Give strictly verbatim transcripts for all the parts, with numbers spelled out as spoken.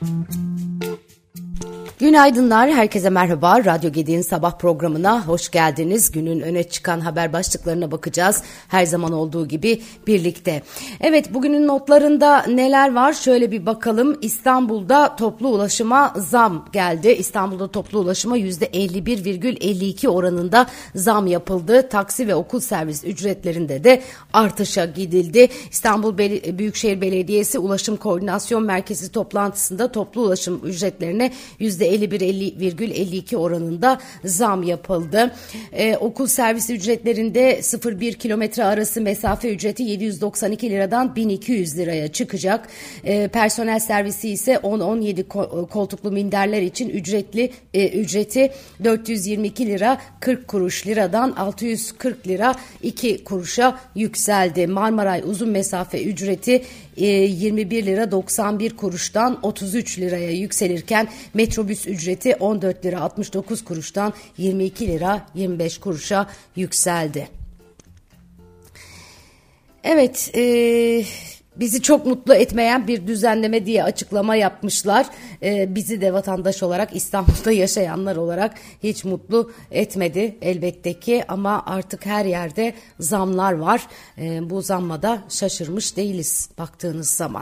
Günaydınlar, herkese merhaba. Radyo Gedi'nin sabah programına hoş geldiniz. Günün öne çıkan haber başlıklarına bakacağız. Her zaman olduğu gibi birlikte. Evet, bugünün notlarında neler var? Şöyle bir bakalım. İstanbul'da toplu ulaşıma zam geldi. İstanbul'da toplu ulaşıma yüzde elli bir virgül elli iki oranında zam yapıldı. Taksi ve okul servis ücretlerinde de artışa gidildi. İstanbul Bel- Büyükşehir Belediyesi Ulaşım Koordinasyon Merkezi toplantısında toplu ulaşım ücretlerine yüzde elli bir virgül elli iki oranında zam yapıldı. Ee, okul servis ücretlerinde sıfır bir kilometre arası mesafe ücreti yedi yüz doksan iki liradan bin iki yüz liraya çıkacak. Ee, personel servisi ise on on yedi koltuklu minderler için ücretli e, ücreti dört yüz yirmi iki lira kırk kuruş liradan altı yüz kırk lira iki kuruşa yükseldi. Marmaray uzun mesafe ücreti e, yirmi bir lira doksan bir kuruştan otuz üç liraya yükselirken metrobüs ücreti on dört lira altmış dokuz kuruştan yirmi iki lira yirmi beş kuruşa yükseldi. Evet, e, bizi çok mutlu etmeyen bir düzenleme diye açıklama yapmışlar. E, bizi de vatandaş olarak, İstanbul'da yaşayanlar olarak hiç mutlu etmedi elbette ki, ama artık her yerde zamlar var. E, bu zamma da şaşırmış değiliz baktığınız zaman.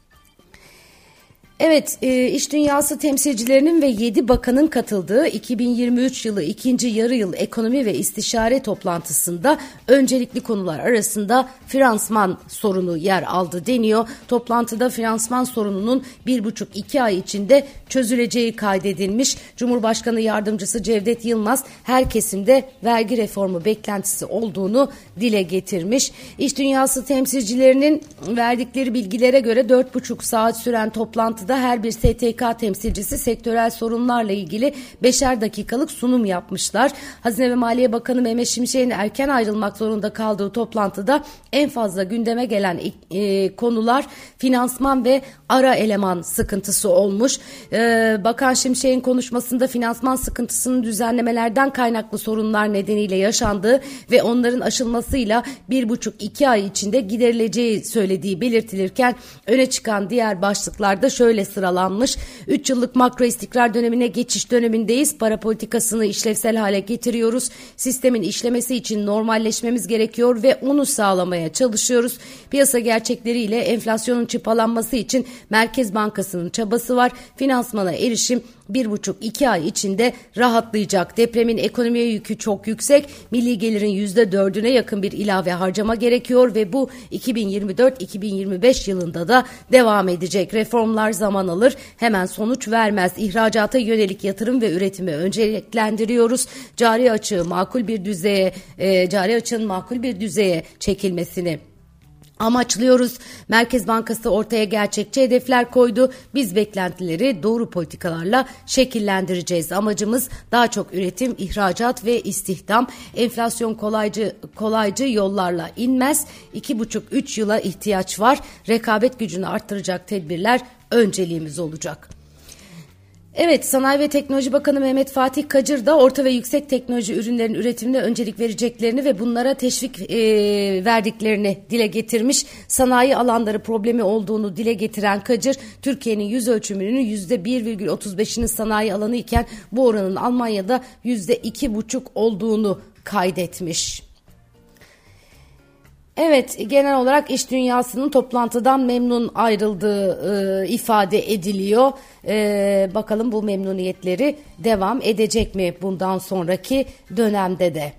Evet, e, iş dünyası temsilcilerinin ve yedi bakanın katıldığı iki bin yirmi üç yılı ikinci yarı yıl ekonomi ve istişare toplantısında öncelikli konular arasında finansman sorunu yer aldı deniyor. Toplantıda finansman sorununun bir buçuk iki ay içinde çözüleceği kaydedilmiş. Cumhurbaşkanı Yardımcısı Cevdet Yılmaz her kesimde vergi reformu beklentisi olduğunu dile getirmiş. İş dünyası temsilcilerinin verdikleri bilgilere göre dört buçuk saat süren toplantı da her bir S T K temsilcisi sektörel sorunlarla ilgili beşer dakikalık sunum yapmışlar. Hazine ve Maliye Bakanı Mehmet Şimşek'in erken ayrılmak zorunda kaldığı toplantıda en fazla gündeme gelen e, konular finansman ve ara eleman sıkıntısı olmuş. E, Bakan Şimşek'in konuşmasında finansman sıkıntısının düzenlemelerden kaynaklı sorunlar nedeniyle yaşandığı ve onların aşılmasıyla bir buçuk iki ay içinde giderileceği söylediği belirtilirken öne çıkan diğer başlıklarda şöyle sıralanmış. üç yıllık makro istikrar dönemine geçiş dönemindeyiz. Para politikasını işlevsel hale getiriyoruz. Sistemin işlemesi için normalleşmemiz gerekiyor ve onu sağlamaya çalışıyoruz. Piyasa gerçekleriyle enflasyonun çıpalanması için Merkez Bankası'nın çabası var. Finansmana erişim bir buçuk iki ay içinde rahatlayacak. Depremin ekonomiye yükü çok yüksek. Milli gelirin yüzde dördüne yakın bir ilave harcama gerekiyor ve bu iki bin yirmi dört iki bin yirmi beş yılında da devam edecek. Reformlar zaman alır, hemen sonuç vermez. İhracata yönelik yatırım ve üretimi önceliklendiriyoruz. Cari açığı makul bir düzeye, e, cari açığın makul bir düzeye çekilmesini amaçlıyoruz. Merkez Bankası ortaya gerçekçi hedefler koydu. Biz beklentileri doğru politikalarla şekillendireceğiz. Amacımız daha çok üretim, ihracat ve istihdam. Enflasyon kolaycı kolaycı yollarla inmez. iki buçuk üç yıla ihtiyaç var. Rekabet gücünü arttıracak tedbirler önceliğimiz olacak. Evet, Sanayi ve Teknoloji Bakanı Mehmet Fatih Kacır da orta ve yüksek teknoloji ürünlerin üretimine öncelik vereceklerini ve bunlara teşvik e, verdiklerini dile getirmiş. Sanayi alanları problemi olduğunu dile getiren Kacır, Türkiye'nin yüz ölçümünün yüzde bir virgül otuz beşinin sanayi alanı iken bu oranın Almanya'da yüzde iki buçuk olduğunu kaydetmiş. Evet, genel olarak iş dünyasının toplantıdan memnun ayrıldığı e, ifade ediliyor. E, bakalım bu memnuniyetleri devam edecek mi bundan sonraki dönemde de?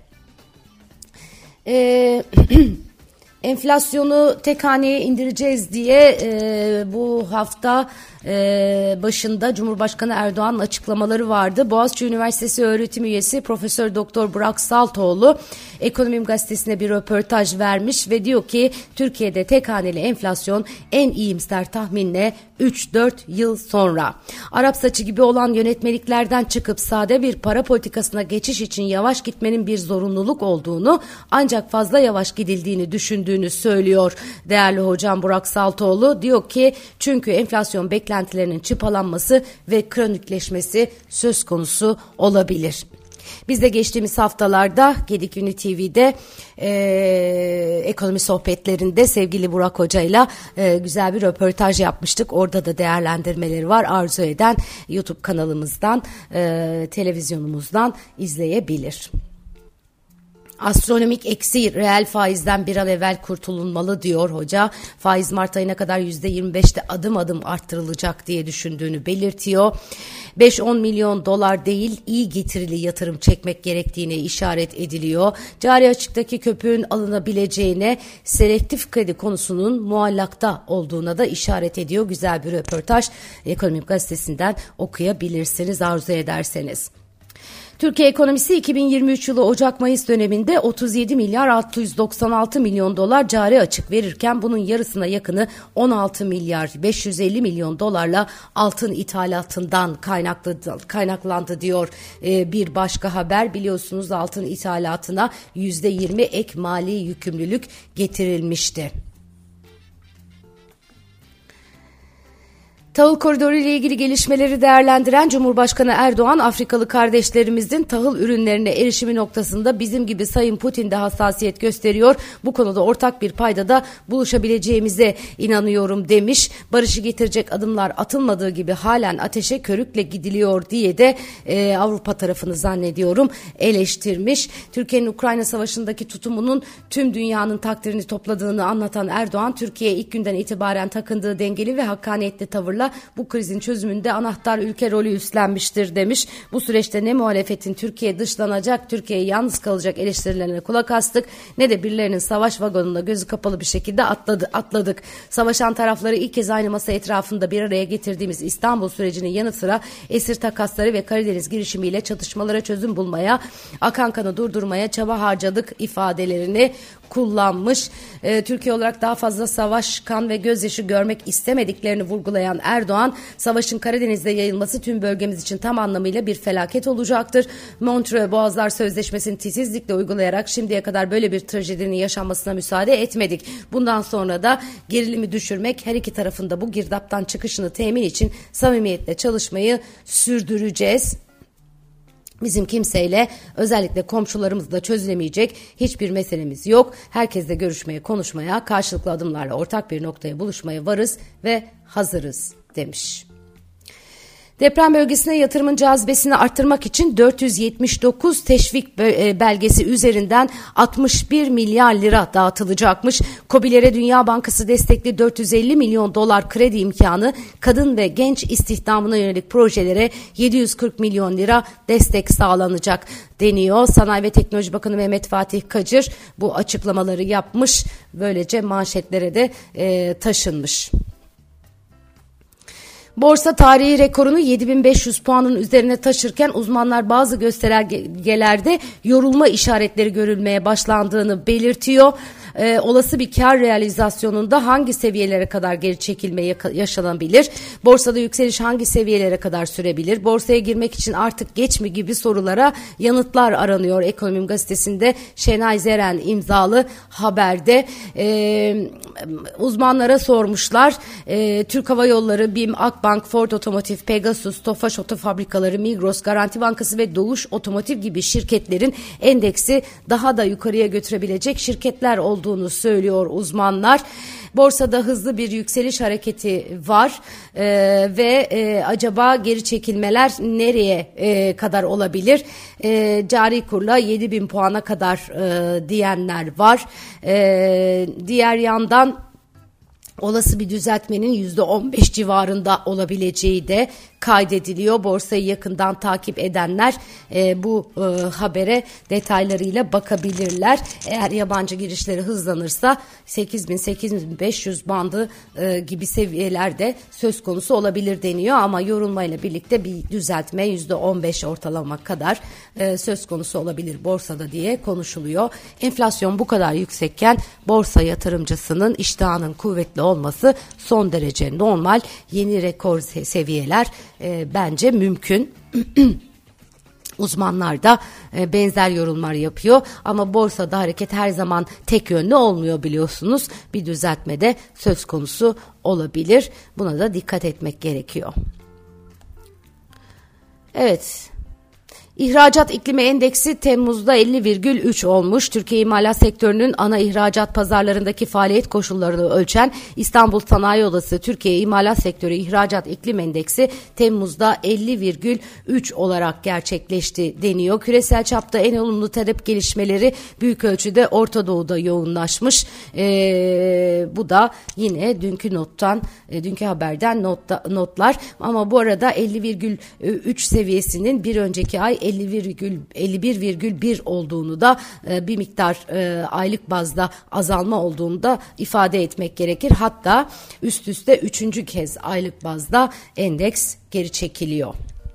E, enflasyonu tek haneye indireceğiz diye e, bu hafta e, başında Cumhurbaşkanı Erdoğan'ın açıklamaları vardı. Boğaziçi Üniversitesi öğretim üyesi Profesör Doktor Burak Saltoğlu Ekonomim Gazetesi'ne bir röportaj vermiş ve diyor ki Türkiye'de tek haneli enflasyon en iyimser tahminle üç dört yıl sonra. Arap saçı gibi olan yönetmeliklerden çıkıp sade bir para politikasına geçiş için yavaş gitmenin bir zorunluluk olduğunu, ancak fazla yavaş gidildiğini düşündüğünü söylüyor değerli hocam Burak Saltoğlu. Diyor ki çünkü enflasyon beklentilerinin çıpalanması ve kronikleşmesi söz konusu olabilir. Biz de geçtiğimiz haftalarda Gedik Ünlü T V'de e, ekonomi sohbetlerinde sevgili Burak Hoca ile e, güzel bir röportaj yapmıştık. Orada da değerlendirmeleri var. Arzu eden YouTube kanalımızdan, e, televizyonumuzdan izleyebilir. Astronomik eksi reel faizden bir an evvel kurtulunmalı diyor hoca. Faiz Mart ayına kadar yüzde yirmi beşte adım adım arttırılacak diye düşündüğünü belirtiyor. beş on milyon dolar değil, iyi getirili yatırım çekmek gerektiğine işaret ediliyor. Cari açıktaki köpüğün alınabileceğine, selektif kredi konusunun muallakta olduğuna da işaret ediyor. Güzel bir röportaj. Ekonomik Gazetesi'nden okuyabilirsiniz arzu ederseniz. Türkiye ekonomisi iki bin yirmi üç yılı Ocak-Mayıs döneminde otuz yedi milyar altı yüz doksan altı milyon dolar cari açık verirken bunun yarısına yakını on altı milyar beş yüz elli milyon dolarla altın ithalatından kaynaklı, kaynaklandı diyor ee, bir başka haber. Biliyorsunuz altın ithalatına yüzde yirmi ek mali yükümlülük getirilmişti. Tahıl koridoru ile ilgili gelişmeleri değerlendiren Cumhurbaşkanı Erdoğan, Afrikalı kardeşlerimizin tahıl ürünlerine erişimi noktasında bizim gibi Sayın Putin de hassasiyet gösteriyor. Bu konuda ortak bir paydada buluşabileceğimize inanıyorum demiş. Barışı getirecek adımlar atılmadığı gibi halen ateşe körükle gidiliyor diye de e, Avrupa tarafını zannediyorum eleştirmiş. Türkiye'nin Ukrayna Savaşı'ndaki tutumunun tüm dünyanın takdirini topladığını anlatan Erdoğan, Türkiye ilk günden itibaren takındığı dengeli ve hakkaniyetli tavırla bu krizin çözümünde anahtar ülke rolü üstlenmiştir demiş. Bu süreçte ne muhalefetin Türkiye dışlanacak, Türkiye yalnız kalacak eleştirilerine kulak astık, ne de birilerinin savaş vagonuna gözü kapalı bir şekilde atladı, atladık. Savaşan tarafları ilk kez aynı masa etrafında bir araya getirdiğimiz İstanbul sürecinin yanı sıra esir takasları ve Karadeniz girişimiyle çatışmalara çözüm bulmaya, akan kanı durdurmaya çaba harcadık ifadelerini kullanmış. Ee, Türkiye olarak daha fazla savaş, kan ve gözyaşı görmek istemediklerini vurgulayan Erdoğan, savaşın Karadeniz'de yayılması tüm bölgemiz için tam anlamıyla bir felaket olacaktır. Montreux Boğazlar Sözleşmesi'ni titizlikle uygulayarak şimdiye kadar böyle bir trajedinin yaşanmasına müsaade etmedik. Bundan sonra da gerilimi düşürmek, her iki tarafında bu girdaptan çıkışını temin için samimiyetle çalışmayı sürdüreceğiz. Bizim kimseyle, özellikle komşularımızla çözülemeyecek hiçbir meselemiz yok. Herkesle görüşmeye, konuşmaya, karşılıklı adımlarla ortak bir noktaya buluşmaya varız ve hazırız demiş. Deprem bölgesine yatırımın cazibesini arttırmak için dört yüz yetmiş dokuz teşvik belgesi üzerinden altmış bir milyar lira dağıtılacakmış. KOBİ'lere Dünya Bankası destekli dört yüz elli milyon dolar kredi imkanı, kadın ve genç istihdamına yönelik projelere yedi yüz kırk milyon lira destek sağlanacak deniyor. Sanayi ve Teknoloji Bakanı Mehmet Fatih Kacır bu açıklamaları yapmış. Böylece manşetlere de e, taşınmış. Borsa tarihi rekorunu yedi bin beş yüz puanın üzerine taşırken uzmanlar bazı göstergelerde yorulma işaretleri görülmeye başlandığını belirtiyor. Ee, olası bir kar realizasyonunda hangi seviyelere kadar geri çekilme yaşanabilir? Borsada yükseliş hangi seviyelere kadar sürebilir? Borsaya girmek için artık geç mi gibi sorulara yanıtlar aranıyor. Ekonomi Gazetesi'nde Şenay Zeren imzalı haberde ee, uzmanlara sormuşlar. Ee, Türk Hava Yolları, BİM, Akbank, Ford Otomotiv, Pegasus, Tofaş Otofabrikaları, Migros, Garanti Bankası ve Doğuş Otomotiv gibi şirketlerin endeksi daha da yukarıya götürebilecek şirketler olduğunu söylüyor uzmanlar. Borsada hızlı bir yükseliş hareketi var ee, ve e, acaba geri çekilmeler nereye e, kadar olabilir? E, cari kurla yedi bin puana kadar e, diyenler var. E, diğer yandan olası bir düzeltmenin yüzde on beş civarında olabileceği de kaydediliyor. Borsayı yakından takip edenler e, bu e, habere detaylarıyla bakabilirler. Eğer yabancı girişleri hızlanırsa sekiz bin sekiz bin beş yüz bandı e, gibi seviyelerde söz konusu olabilir deniyor. Ama yorulmayla birlikte bir düzeltme yüzde on beş ortalama kadar e, söz konusu olabilir borsada diye konuşuluyor. Enflasyon bu kadar yüksekken borsa yatırımcısının iştahının kuvvetli olması son derece normal. Yeni rekor seviyeler e, bence mümkün. Uzmanlar da e, benzer yorumlar yapıyor ama borsada hareket her zaman tek yönlü olmuyor biliyorsunuz. Bir düzeltme de söz konusu olabilir. Buna da dikkat etmek gerekiyor. Evet. İhracat iklimi endeksi Temmuz'da elli virgül üç olmuş. Türkiye imalat sektörünün ana ihracat pazarlarındaki faaliyet koşullarını ölçen İstanbul Sanayi Odası Türkiye İmalat Sektörü İhracat İklim Endeksi Temmuz'da elli virgül üç olarak gerçekleşti deniyor. Küresel çapta en olumlu talep gelişmeleri büyük ölçüde Orta Doğu'da yoğunlaşmış. Ee, bu da yine dünkü nottan, e, dünkü haberden notta, notlar. Ama bu arada elli virgül üç seviyesinin bir önceki ay elli bir virgül bir olduğunu da e, bir miktar e, aylık bazda azalma olduğunu da ifade etmek gerekir. Hatta üst üste üçüncü kez aylık bazda endeks geri çekiliyor.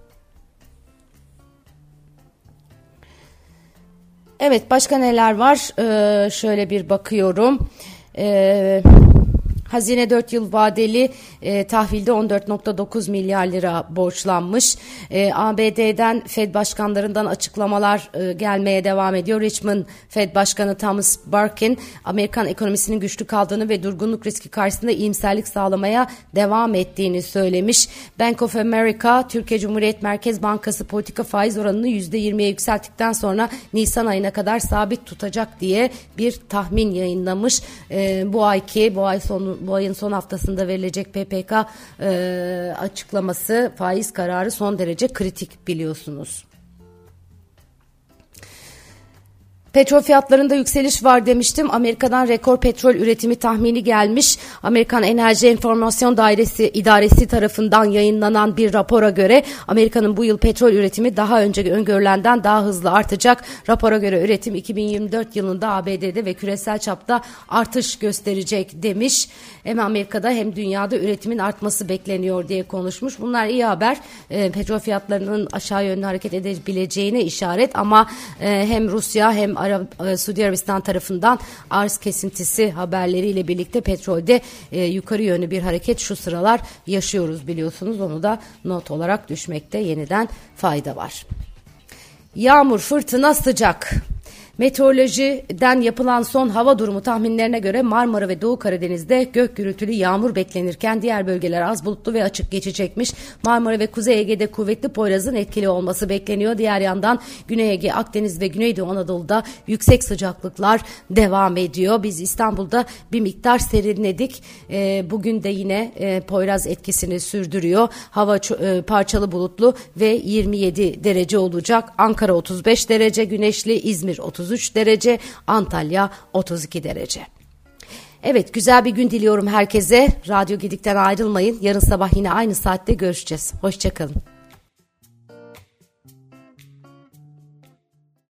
Evet, başka neler var? Ee, şöyle bir bakıyorum. Ee, Hazine dört yıl vadeli e, tahvilde on dört virgül dokuz milyar lira borçlanmış. E, A B D'den Fed başkanlarından açıklamalar e, gelmeye devam ediyor. Richmond Fed Başkanı Thomas Barkin, Amerikan ekonomisinin güçlü kaldığını ve durgunluk riski karşısında iyimserlik sağlamaya devam ettiğini söylemiş. Bank of America, Türkiye Cumhuriyet Merkez Bankası politika faiz oranını yüzde yirmiye yükselttikten sonra Nisan ayına kadar sabit tutacak diye bir tahmin yayınlamış. E, bu ayki, bu ay sonu bu ayın son haftasında verilecek P P K e, açıklaması, faiz kararı son derece kritik biliyorsunuz. Petrol fiyatlarında yükseliş var demiştim. Amerika'dan rekor petrol üretimi tahmini gelmiş. Amerikan Enerji Enformasyon Dairesi İdaresi tarafından yayınlanan bir rapora göre Amerika'nın bu yıl petrol üretimi daha önce öngörülenden daha hızlı artacak. Rapora göre üretim iki bin yirmi dört yılında A B D'de ve küresel çapta artış gösterecek demiş. Hem Amerika'da hem dünyada üretimin artması bekleniyor diye konuşmuş. Bunlar iyi haber. E, petrol fiyatlarının aşağı yönlü hareket edebileceğine işaret ama e, hem Rusya hem Arab, Suudi Arabistan tarafından arz kesintisi haberleriyle birlikte petrolde e, yukarı yönlü bir hareket şu sıralar yaşıyoruz biliyorsunuz. Onu da not olarak düşmekte yeniden fayda var. Yağmur, fırtına, sıcak. Meteorolojiden yapılan son hava durumu tahminlerine göre Marmara ve Doğu Karadeniz'de gök gürültülü yağmur beklenirken diğer bölgeler az bulutlu ve açık geçecekmiş. Marmara ve Kuzey Ege'de kuvvetli Poyraz'ın etkili olması bekleniyor. Diğer yandan Güney Ege, Akdeniz ve Güneydoğu Anadolu'da yüksek sıcaklıklar devam ediyor. Biz İstanbul'da bir miktar serinledik. E, bugün de yine e, Poyraz etkisini sürdürüyor. Hava e, parçalı bulutlu ve yirmi yedi derece olacak. Ankara otuz beş derece güneşli, İzmir otuz üç derece, Antalya otuz iki derece. Evet, güzel bir gün diliyorum herkese. Radyo Gedik'ten ayrılmayın. Yarın sabah yine aynı saatte görüşeceğiz. Hoşça kalın.